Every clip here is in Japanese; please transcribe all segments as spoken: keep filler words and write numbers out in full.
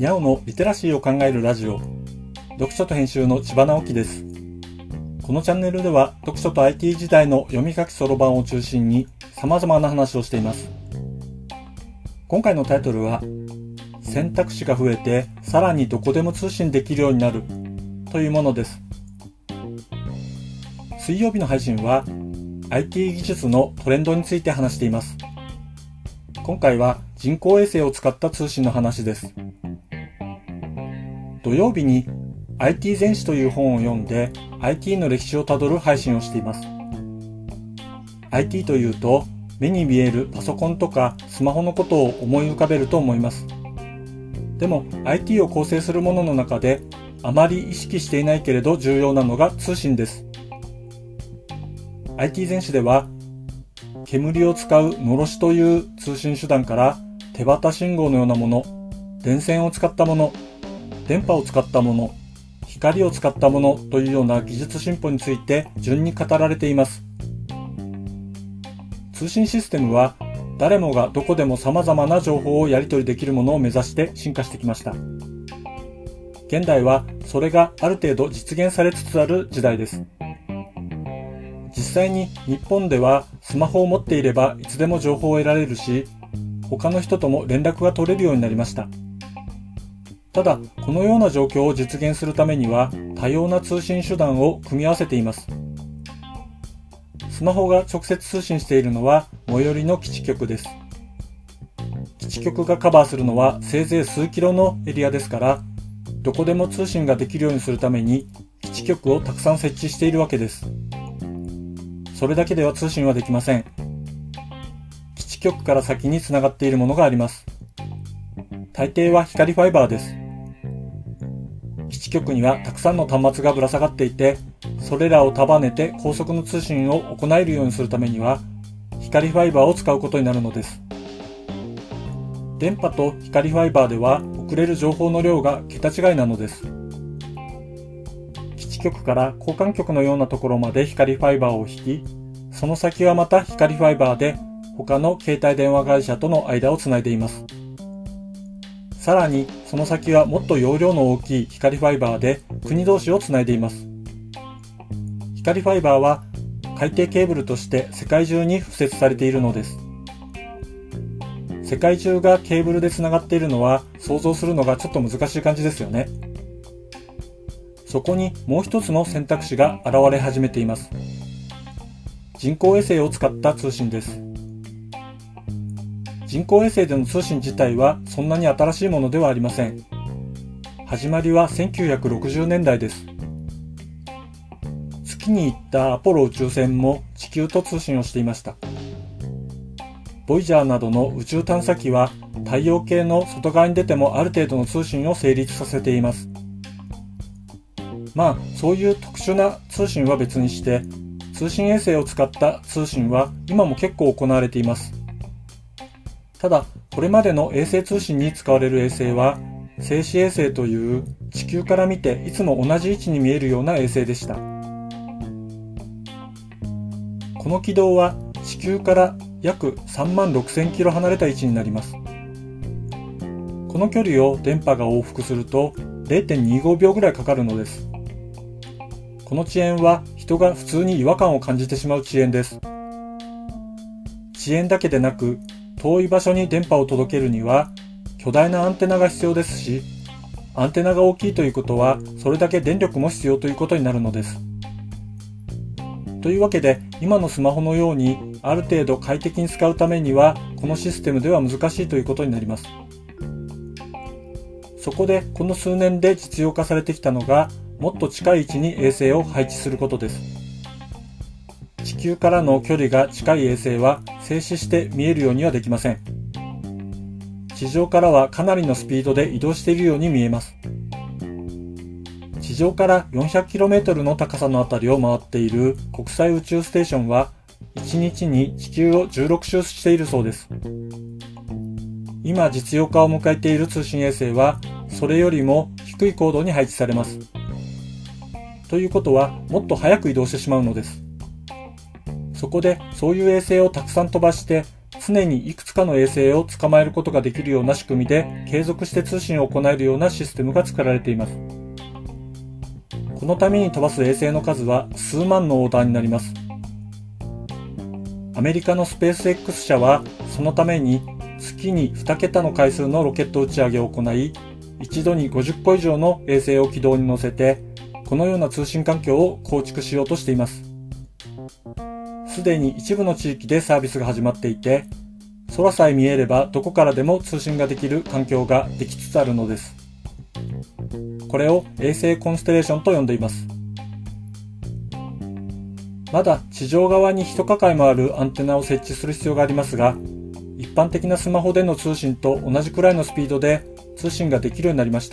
にゃおのリテラシーを考えるラジオ、読書と編集の千葉直樹です。このチャンネルでは読書と アイティー 時代の読み書きそろばんを中心に様々な話をしています。今回のタイトルは、選択肢が増えてさらにどこでも通信できるようになるというものです。水曜日の配信は アイティー 技術のトレンドについて話しています。今回は人工衛星を使った通信の話です。土曜日に アイティー 全史という本を読んで アイティー の歴史をたどる配信をしています。アイティー というと目に見えるパソコンとかスマホのことを思い浮かべると思います。でも アイティー を構成するものの中であまり意識していないけれど重要なのが通信です。アイティー 全史では煙を使うのろしという通信手段から手旗信号のようなもの、電線を使ったもの、電波を使ったもの、光を使ったものというような技術進歩について順に語られています。通信システムは誰もがどこでも様々な情報をやり取りできるものを目指して進化してきました。現代はそれがある程度実現されつつある時代です。実際に日本ではスマホを持っていればいつでも情報を得られるし、他の人とも連絡が取れるようになりました。ただ、このような状況を実現するためには多様な通信手段を組み合わせています。スマホが直接通信しているのは最寄りの基地局です。基地局がカバーするのはせいぜい数キロのエリアですから、どこでも通信ができるようにするために基地局をたくさん設置しているわけです。それだけでは通信はできません。基地局から先につながっているものがあります。大抵は光ファイバーです。基地局にはたくさんの端末がぶら下がっていて、それらを束ねて高速の通信を行えるようにするためには光ファイバーを使うことになるのです。電波と光ファイバーでは送れる情報の量が桁違いなのです。基地局から交換局のようなところまで光ファイバーを引き、その先はまた光ファイバーで他の携帯電話会社との間をつないでいます。さらにその先はもっと容量の大きい光ファイバーで国同士をつないでいます。光ファイバーは海底ケーブルとして世界中に敷設されているのです。世界中がケーブルでつながっているのは想像するのがちょっと難しい感じですよね。そこにもう一つの選択肢が現れ始めています。人工衛星を使った通信です。人工衛星での通信自体はそんなに新しいものではありません。始まりはせんきゅうひゃくろくじゅうねんだいです。月に行ったアポロ宇宙船も地球と通信をしていました。ボイジャーなどの宇宙探査機は太陽系の外側に出てもある程度の通信を成立させています。まあ、そういう特殊な通信は別にして、通信衛星を使った通信は今も結構行われています。ただ、これまでの衛星通信に使われる衛星は、静止衛星という地球から見ていつも同じ位置に見えるような衛星でした。この軌道は地球から約さんまんろくせんキロ離れた位置になります。この距離を電波が往復すると れいてんにごびょうぐらいかかるのです。この遅延は人が普通に違和感を感じてしまう遅延です。遅延だけでなく、遠い場所に電波を届けるには巨大なアンテナが必要ですし、アンテナが大きいということはそれだけ電力も必要ということになるのです。というわけで、今のスマホのようにある程度快適に使うためにはこのシステムでは難しいということになります。そこでこの数年で実用化されてきたのが、もっと近い位置に衛星を配置することです。地球からの距離が近い衛星は静止して見えるようにはできません。地上からはかなりのスピードで移動しているように見えます。地上から よんひゃくキロメートル の高さのあたりを回っている国際宇宙ステーションはいちにちに地球をじゅうろくしゅうしているそうです。今実用化を迎えている通信衛星はそれよりも低い高度に配置されます。ということはもっと早く移動してしまうのです。そこでそういう衛星をたくさん飛ばして常にいくつかの衛星を捕まえることができるような仕組みで継続して通信を行えるようなシステムが作られています。このために飛ばす衛星の数は数万のオーダーになります。アメリカのスペース X 社はそのために月にに桁の回数のロケット打ち上げを行い、一度にごじゅっこ以上の衛星を軌道に乗せて、このような通信環境を構築しようとしています。すでに一部の地域でサービスが始まっていて、空さえ見えればどこからでも通信ができる環境ができつつあるのです。これを衛星コンステレーションと呼んでいます。まだ地上側に一抱えもあるアンテナを設置する必要がありますが、一般的なスマホでの通信と同じくらいのスピードで通信ができるようになりました。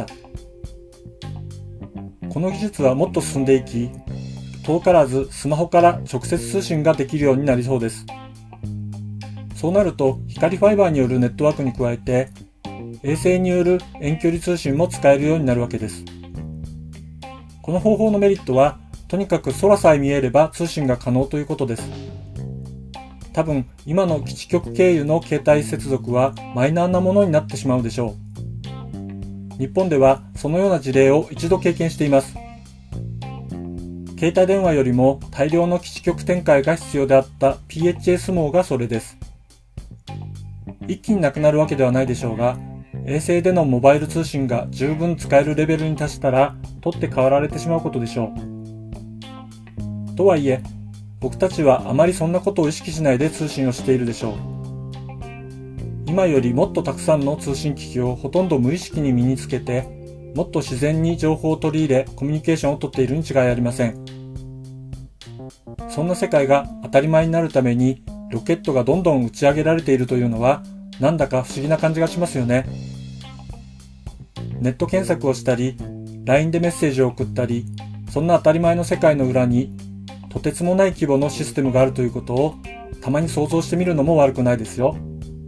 この技術はもっと進んでいき、遠からずスマホから直接通信ができるようになりそうです。そうなると光ファイバーによるネットワークに加えて、衛星による遠距離通信も使えるようになるわけです。この方法のメリットは、とにかく空さえ見えれば通信が可能ということです。多分今の基地局経由の携帯接続はマイナーなものになってしまうでしょう。日本ではそのような事例を一度経験しています。携帯電話よりも大量の基地局展開が必要であった ピーエイチエス 網がそれです。一気になくなるわけではないでしょうが、衛星でのモバイル通信が十分使えるレベルに達したら取って代わられてしまうことでしょう。とはいえ、僕たちはあまりそんなことを意識しないで通信をしているでしょう。今よりもっとたくさんの通信機器をほとんど無意識に身につけて、もっと自然に情報を取り入れコミュニケーションをとっているに違いありません。そんな世界が当たり前になるためにロケットがどんどん打ち上げられているというのはなんだか不思議な感じがしますよね。ネット検索をしたり ライン でメッセージを送ったり、そんな当たり前の世界の裏にとてつもない規模のシステムがあるということをたまに想像してみるのも悪くないですよ。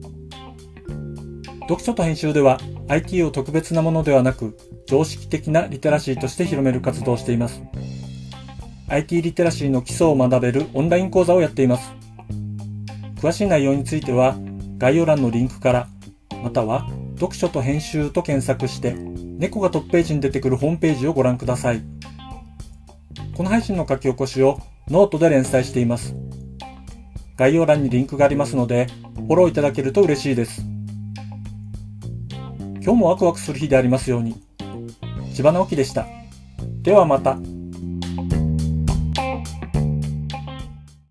読書と編集では アイティー を特別なものではなく常識的なリテラシーとして広める活動をしています。アイティー リテラシーの基礎を学べるオンライン講座をやっています。詳しい内容については概要欄のリンクから、または読書と編集と検索して猫がトップページに出てくるホームページをご覧ください。この配信の書き起こしをノートで連載しています。概要欄にリンクがありますのでフォローいただけると嬉しいです。今日もワクワクする日でありますように。千葉直樹でした。ではまた。